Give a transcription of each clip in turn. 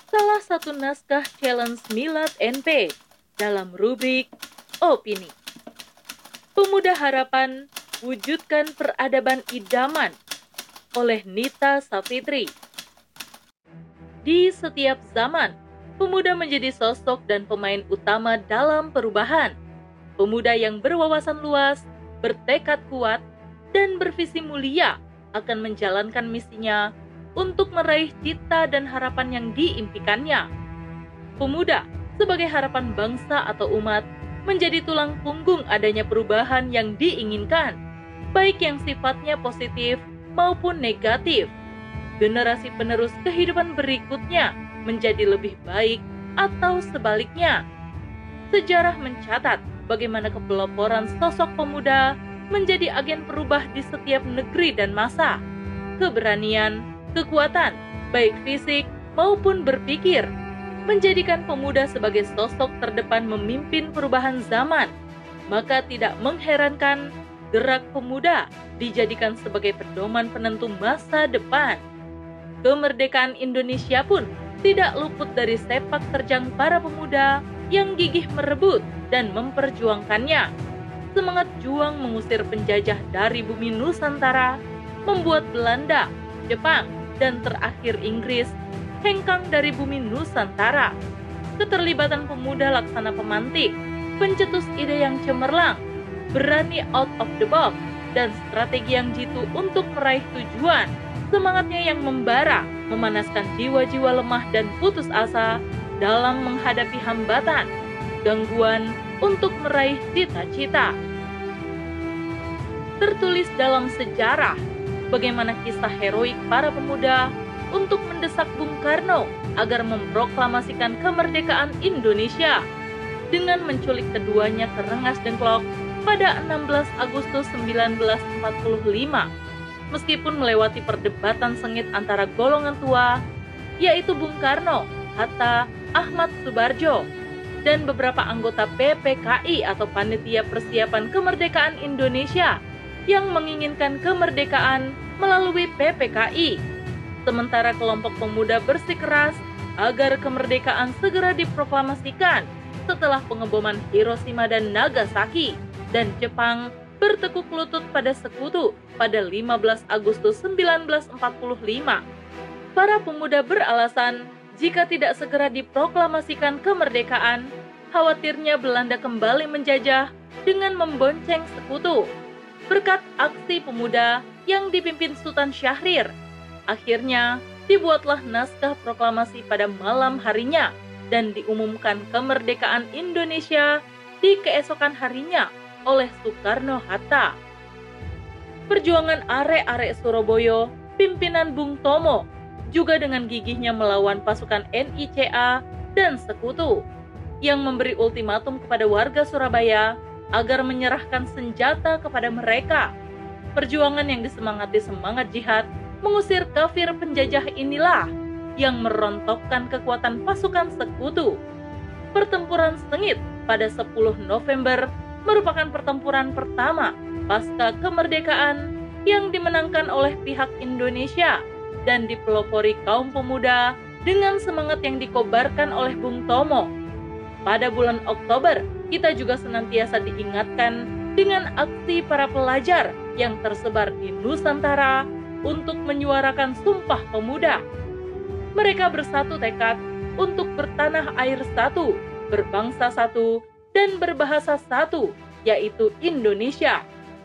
salah satu naskah challenge Milad NP dalam rubrik Opini. Pemuda Harapan, Wujudkan Peradaban Idaman oleh Nita Savitri. Di setiap zaman, pemuda menjadi sosok dan pemain utama dalam perubahan. Pemuda yang berwawasan luas, bertekad kuat, dan bervisi mulia akan menjalankan misinya untuk meraih cita dan harapan yang diimpikannya. Pemuda sebagai harapan bangsa atau umat menjadi tulang punggung adanya perubahan yang diinginkan, baik yang sifatnya positif maupun negatif. Generasi penerus kehidupan berikutnya menjadi lebih baik atau sebaliknya. Sejarah mencatat bagaimana kepeloporan sosok pemuda menjadi agen perubah di setiap negeri dan masa. Keberanian, kekuatan, baik fisik maupun berpikir, menjadikan pemuda sebagai sosok terdepan memimpin perubahan zaman. Maka tidak mengherankan gerak pemuda dijadikan sebagai pedoman penentu masa depan. Kemerdekaan Indonesia pun tidak luput dari sepak terjang para pemuda yang gigih merebut dan memperjuangkannya. Semangat juang mengusir penjajah dari bumi Nusantara membuat Belanda, Jepang, dan terakhir Inggris hengkang dari bumi Nusantara. Keterlibatan pemuda laksana pemantik, pencetus ide yang cemerlang, berani out of the box, dan strategi yang jitu untuk meraih tujuan. Semangatnya yang membara, memanaskan jiwa-jiwa lemah dan putus asa dalam menghadapi hambatan, gangguan untuk meraih cita-cita. Tertulis dalam sejarah bagaimana kisah heroik para pemuda untuk mendesak Bung Karno agar memproklamasikan kemerdekaan Indonesia dengan menculik keduanya ke Rengas Dengklok pada 16 Agustus 1945. Meskipun melewati perdebatan sengit antara golongan tua, yaitu Bung Karno, Hatta, Ahmad Subarjo, dan beberapa anggota PPKI atau Panitia Persiapan Kemerdekaan Indonesia yang menginginkan kemerdekaan melalui PPKI. Sementara kelompok pemuda bersikeras agar kemerdekaan segera diproklamasikan setelah pengeboman Hiroshima dan Nagasaki, dan Jepang bertekuk lutut pada sekutu pada 15 Agustus 1945. Para pemuda beralasan jika tidak segera diproklamasikan kemerdekaan, khawatirnya Belanda kembali menjajah dengan membonceng sekutu. Berkat aksi pemuda yang dipimpin Sultan Syahrir, akhirnya dibuatlah naskah proklamasi pada malam harinya dan diumumkan kemerdekaan Indonesia di keesokan harinya oleh Soekarno-Hatta. Perjuangan arek-arek Surabaya, pimpinan Bung Tomo, juga dengan gigihnya melawan pasukan NICA dan sekutu, yang memberi ultimatum kepada warga Surabaya agar menyerahkan senjata kepada mereka. Perjuangan yang disemangati semangat jihad mengusir kafir penjajah inilah yang merontokkan kekuatan pasukan sekutu. Pertempuran sengit pada 10 November merupakan pertempuran pertama pasca kemerdekaan yang dimenangkan oleh pihak Indonesia dan dipelopori kaum pemuda dengan semangat yang dikobarkan oleh Bung Tomo. Pada bulan Oktober, kita juga senantiasa diingatkan dengan aksi para pelajar yang tersebar di Nusantara untuk menyuarakan Sumpah Pemuda. Mereka bersatu tekad untuk bertanah air satu, berbangsa satu, dan berbahasa satu, yaitu Indonesia.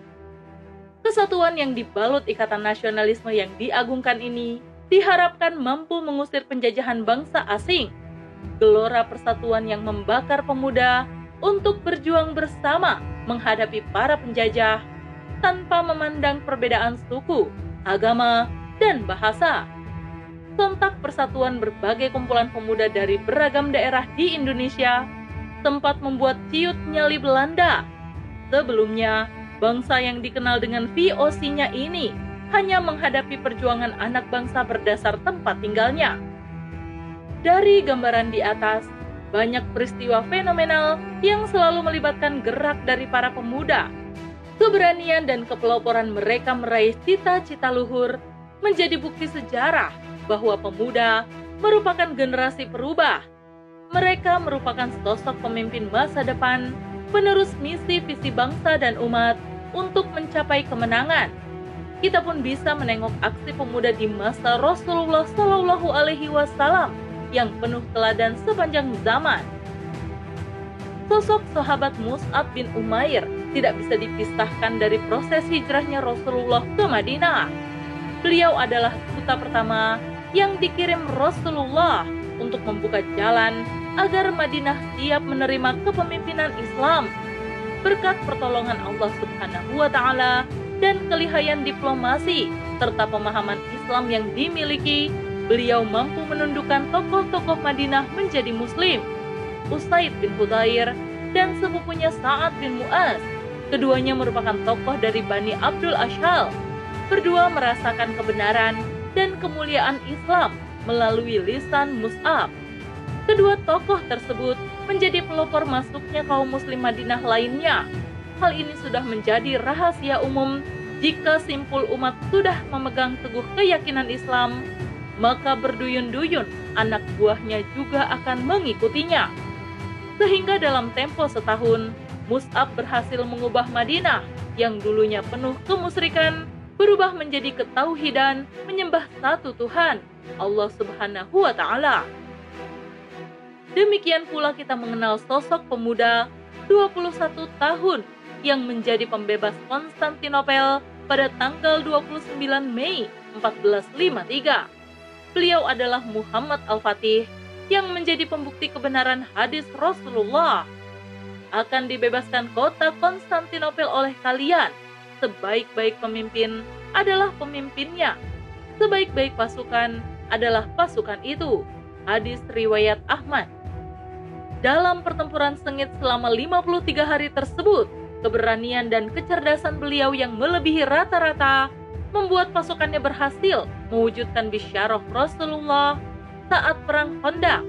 Kesatuan yang dibalut ikatan nasionalisme yang diagungkan ini diharapkan mampu mengusir penjajahan bangsa asing. Gelora persatuan yang membakar pemuda untuk berjuang bersama menghadapi para penjajah tanpa memandang perbedaan suku, agama, dan bahasa. Sontak persatuan berbagai kumpulan pemuda dari beragam daerah di Indonesia sempat membuat ciut nyali Belanda. Sebelumnya, bangsa yang dikenal dengan VOC-nya ini hanya menghadapi perjuangan anak bangsa berdasar tempat tinggalnya. Dari gambaran di atas, banyak peristiwa fenomenal yang selalu melibatkan gerak dari para pemuda. Keberanian dan kepeloporan mereka meraih cita-cita luhur menjadi bukti sejarah bahwa pemuda merupakan generasi perubah. Mereka merupakan sosok pemimpin masa depan, penerus misi visi bangsa dan umat untuk mencapai kemenangan. Kita pun bisa menengok aksi pemuda di masa Rasulullah Shallallahu Alaihi Wasallam yang penuh teladan sepanjang zaman. Sosok sahabat Mus'ab bin Umair tidak bisa dipisahkan dari proses hijrahnya Rasulullah ke Madinah. Beliau adalah duta pertama yang dikirim Rasulullah untuk membuka jalan agar Madinah siap menerima kepemimpinan Islam. Berkat pertolongan Allah Subhanahu wa Ta'ala dan kelihayan diplomasi serta pemahaman Islam yang dimiliki, beliau mampu menundukkan tokoh-tokoh Madinah menjadi Muslim. Usaid bin Hudayr dan sepupunya Sa'ad bin Mu'az. Keduanya merupakan tokoh dari Bani Abdul Ashhal. Berdua merasakan kebenaran dan kemuliaan Islam melalui lisan Mus'ab. Kedua tokoh tersebut menjadi pelopor masuknya kaum muslim Madinah lainnya. Hal ini sudah menjadi rahasia umum. Jika simpul umat sudah memegang teguh keyakinan Islam, maka berduyun-duyun anak buahnya juga akan mengikutinya. Sehingga dalam tempo setahun, Mus'ab berhasil mengubah Madinah yang dulunya penuh kemusyrikan berubah menjadi ketauhidan, menyembah satu Tuhan, Allah Subhanahu wa Ta'ala. Demikian pula kita mengenal sosok pemuda 21 tahun yang menjadi pembebas Konstantinopel pada tanggal 29 Mei 1453. Beliau adalah Muhammad Al-Fatih yang menjadi pembukti kebenaran hadis Rasulullah. Akan dibebaskan kota Konstantinopel oleh kalian. Sebaik-baik pemimpin adalah pemimpinnya. Sebaik-baik pasukan adalah pasukan itu. Hadis riwayat Ahmad. Dalam pertempuran sengit selama 53 hari tersebut, keberanian dan kecerdasan beliau yang melebihi rata-rata membuat pasukannya berhasil mewujudkan bisyarah Rasulullah saat perang Khandaq.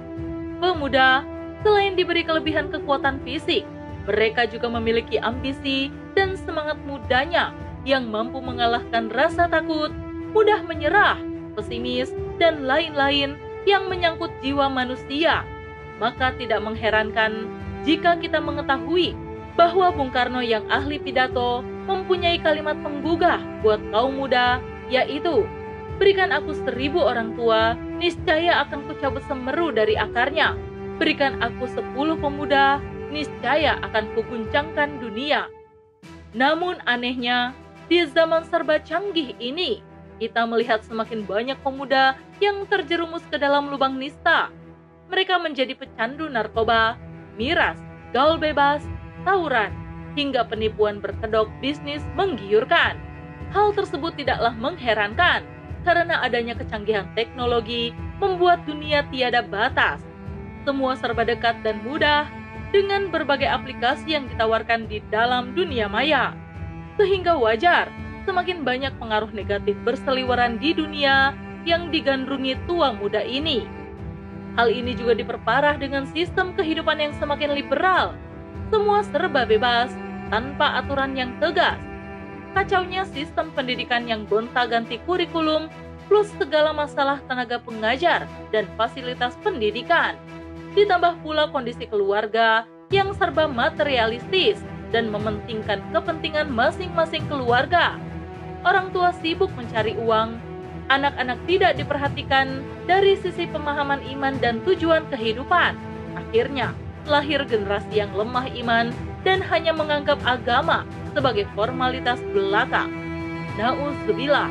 Pemuda, selain diberi kelebihan kekuatan fisik, mereka juga memiliki ambisi dan semangat mudanya yang mampu mengalahkan rasa takut, mudah menyerah, pesimis, dan lain-lain yang menyangkut jiwa manusia. Maka tidak mengherankan jika kita mengetahui bahwa Bung Karno yang ahli pidato mempunyai kalimat penggugah buat kaum muda, yaitu, "Berikan aku 1000 orang tua, niscaya akan kucabut semeru dari akarnya. Berikan aku 10 pemuda, niscaya akan kuguncangkan dunia." Namun anehnya, di zaman serba canggih ini, kita melihat semakin banyak pemuda yang terjerumus ke dalam lubang nista. Mereka menjadi pecandu narkoba, miras, gaul bebas, tawuran, hingga penipuan berkedok bisnis menggiurkan. Hal tersebut tidaklah mengherankan, karena adanya kecanggihan teknologi membuat dunia tiada batas. Semua serba dekat dan mudah dengan berbagai aplikasi yang ditawarkan di dalam dunia maya. Sehingga wajar semakin banyak pengaruh negatif berseliweran di dunia yang digandrungi tua muda ini. Hal ini juga diperparah dengan sistem kehidupan yang semakin liberal. Semua serba bebas, tanpa aturan yang tegas. Kacaunya sistem pendidikan yang gonta-ganti kurikulum, plus segala masalah tenaga pengajar dan fasilitas pendidikan. Ditambah pula kondisi keluarga yang serba materialistis dan mementingkan kepentingan masing-masing keluarga. Orang tua sibuk mencari uang, anak-anak tidak diperhatikan dari sisi pemahaman iman dan tujuan kehidupan. Akhirnya, lahir generasi yang lemah iman dan hanya menganggap agama sebagai formalitas belaka. Na'udzubillah.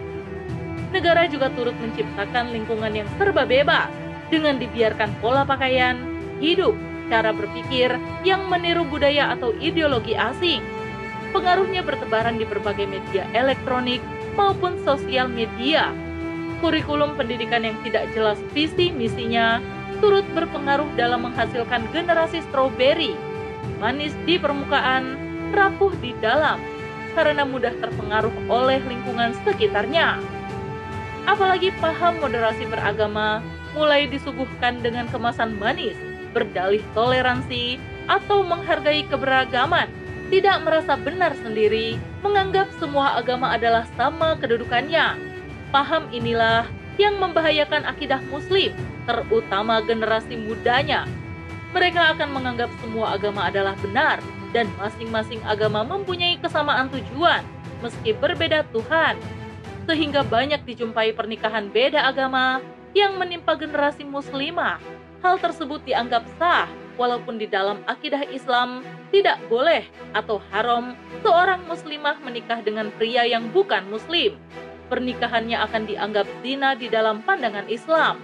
Negara juga turut menciptakan lingkungan yang serba bebas dengan dibiarkan pola pakaian, hidup, cara berpikir yang meniru budaya atau ideologi asing. Pengaruhnya bertebaran di berbagai media elektronik maupun sosial media. Kurikulum pendidikan yang tidak jelas visi misinya turut berpengaruh dalam menghasilkan generasi stroberi, manis di permukaan, rapuh di dalam, karena mudah terpengaruh oleh lingkungan sekitarnya. Apalagi paham moderasi beragama mulai disuguhkan dengan kemasan manis, berdalih toleransi atau menghargai keberagaman, tidak merasa benar sendiri, menganggap semua agama adalah sama kedudukannya. Paham inilah yang membahayakan akidah Muslim, terutama generasi mudanya. Mereka akan menganggap semua agama adalah benar dan masing-masing agama mempunyai kesamaan tujuan meski berbeda Tuhan. Sehingga banyak dijumpai pernikahan beda agama yang menimpa generasi muslimah. Hal tersebut dianggap sah walaupun di dalam akidah Islam tidak boleh atau haram seorang muslimah menikah dengan pria yang bukan muslim. Pernikahannya akan dianggap zina di dalam pandangan Islam.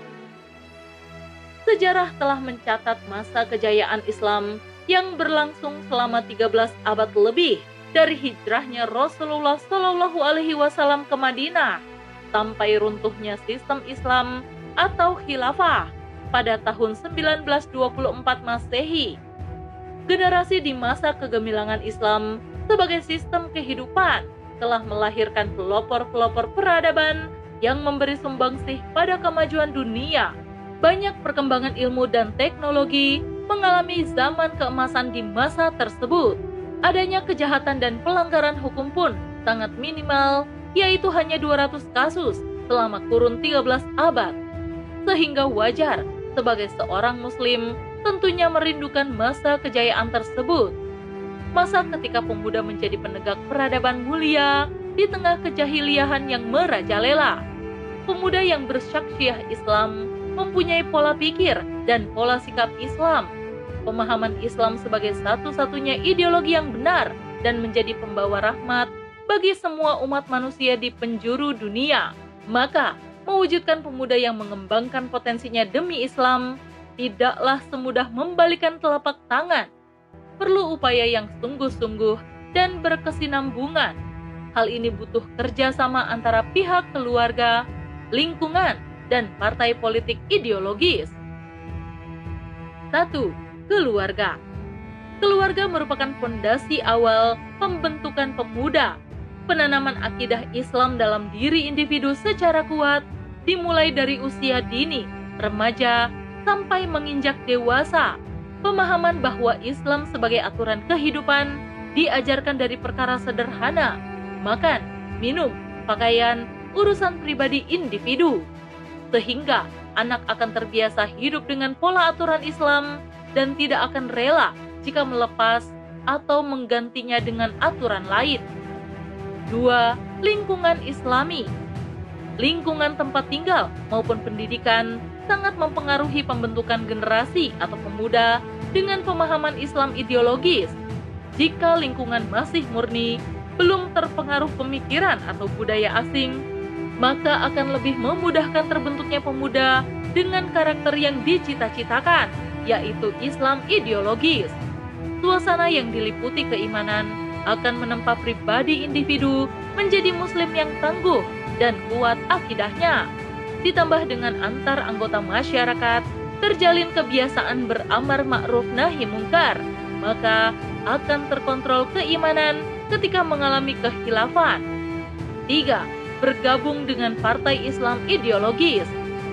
Sejarah telah mencatat masa kejayaan Islam yang berlangsung selama 13 abad lebih dari hijrahnya Rasulullah Shallallahu Alaihi Wasallam ke Madinah sampai runtuhnya sistem Islam atau khilafah pada tahun 1924 Masehi. Generasi di masa kegemilangan Islam sebagai sistem kehidupan telah melahirkan pelopor-pelopor peradaban yang memberi sumbangsih pada kemajuan dunia. Banyak perkembangan ilmu dan teknologi mengalami zaman keemasan di masa tersebut. Adanya kejahatan dan pelanggaran hukum pun sangat minimal, yaitu hanya 200 kasus selama kurun 13 abad. Sehingga wajar sebagai seorang muslim tentunya merindukan masa kejayaan tersebut. Masa ketika pemuda menjadi penegak peradaban mulia di tengah kejahiliahan yang merajalela. Pemuda yang bersyakhsiah Islam mempunyai pola pikir dan pola sikap Islam. Pemahaman Islam sebagai satu-satunya ideologi yang benar dan menjadi pembawa rahmat bagi semua umat manusia di penjuru dunia. Maka, mewujudkan pemuda yang mengembangkan potensinya demi Islam tidaklah semudah membalikan telapak tangan. Perlu upaya yang sungguh-sungguh dan berkesinambungan. Hal ini butuh kerjasama antara pihak keluarga, lingkungan, dan partai politik ideologis. 1. Keluarga. Keluarga merupakan fondasi awal pembentukan pemuda. Penanaman akidah Islam dalam diri individu secara kuat dimulai dari usia dini, remaja, sampai menginjak dewasa. Pemahaman bahwa Islam sebagai aturan kehidupan diajarkan dari perkara sederhana, makan, minum, pakaian, urusan pribadi individu. Sehingga anak akan terbiasa hidup dengan pola aturan Islam dan tidak akan rela jika melepas atau menggantinya dengan aturan lain. 2. Lingkungan Islami. Lingkungan tempat tinggal maupun pendidikan sangat mempengaruhi pembentukan generasi atau pemuda dengan pemahaman Islam ideologis. Jika lingkungan masih murni, belum terpengaruh pemikiran atau budaya asing, maka akan lebih memudahkan terbentuknya pemuda dengan karakter yang dicita-citakan, yaitu Islam ideologis. Suasana yang diliputi keimanan akan menempa pribadi individu menjadi muslim yang tangguh dan kuat akidahnya. Ditambah dengan antar anggota masyarakat terjalin kebiasaan beramar ma'ruf nahi mungkar, maka akan terkontrol keimanan ketika mengalami kekhilafan. 3. Bergabung dengan partai Islam ideologis.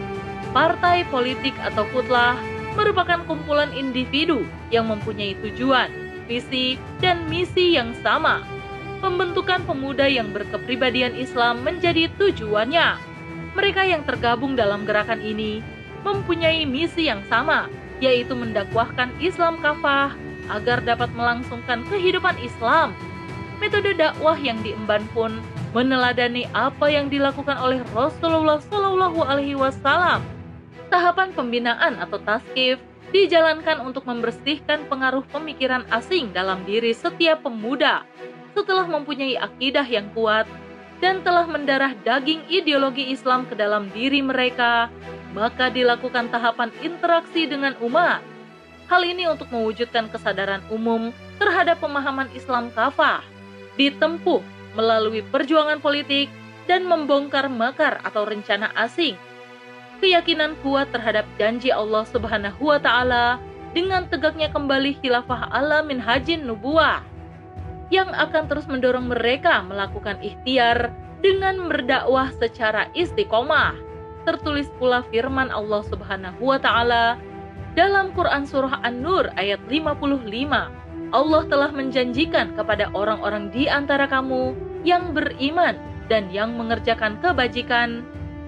Partai politik atau kutlah merupakan kumpulan individu yang mempunyai tujuan, visi, dan misi yang sama. Pembentukan pemuda yang berkepribadian Islam menjadi tujuannya. Mereka yang tergabung dalam gerakan ini mempunyai misi yang sama, yaitu mendakwahkan Islam kafah agar dapat melangsungkan kehidupan Islam. Metode dakwah yang diemban pun meneladani apa yang dilakukan oleh Rasulullah Shallallahu Alaihi Wasallam. Tahapan pembinaan atau taskif dijalankan untuk membersihkan pengaruh pemikiran asing dalam diri setiap pemuda. Setelah mempunyai akidah yang kuat dan telah mendarah daging ideologi Islam ke dalam diri mereka, maka dilakukan tahapan interaksi dengan umat. Hal ini untuk mewujudkan kesadaran umum terhadap pemahaman Islam kafah, ditempuh melalui perjuangan politik dan membongkar makar atau rencana asing. Keyakinan kuat terhadap janji Allah Subhanahu wa Ta'ala dengan tegaknya kembali khilafah ala minhajin nubuwah yang akan terus mendorong mereka melakukan ikhtiar dengan berdakwah secara istiqomah. Tertulis pula firman Allah Subhanahu wa Ta'ala dalam Quran Surah An-Nur ayat 55. Allah telah menjanjikan kepada orang-orang di antara kamu yang beriman dan yang mengerjakan kebajikan,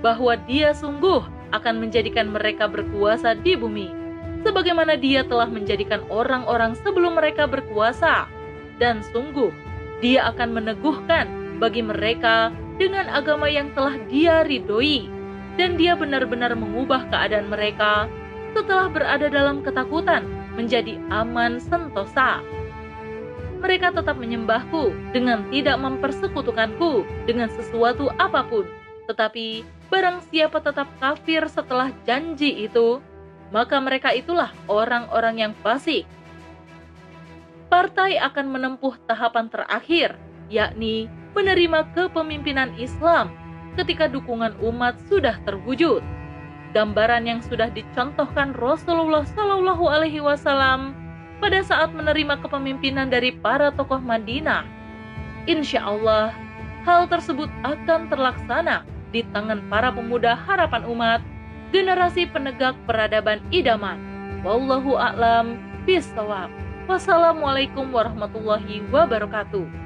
bahwa Dia sungguh akan menjadikan mereka berkuasa di bumi, sebagaimana Dia telah menjadikan orang-orang sebelum mereka berkuasa. Dan sungguh, Dia akan meneguhkan bagi mereka dengan agama yang telah Dia ridhoi, dan Dia benar-benar mengubah keadaan mereka setelah berada dalam ketakutan menjadi aman sentosa. Mereka tetap menyembahku dengan tidak mempersekutukanku dengan sesuatu apapun. Tetapi barang siapa tetap kafir setelah janji itu, maka mereka itulah orang-orang yang fasik. Partai akan menempuh tahapan terakhir, yakni menerima kepemimpinan Islam ketika dukungan umat sudah terwujud. Gambaran yang sudah dicontohkan Rasulullah SAW pada saat menerima kepemimpinan dari para tokoh Madinah. Insya Allah, hal tersebut akan terlaksana di tangan para pemuda harapan umat, generasi penegak peradaban idaman. Wallahu a'lam bishawab. Wassalamualaikum warahmatullahi wabarakatuh.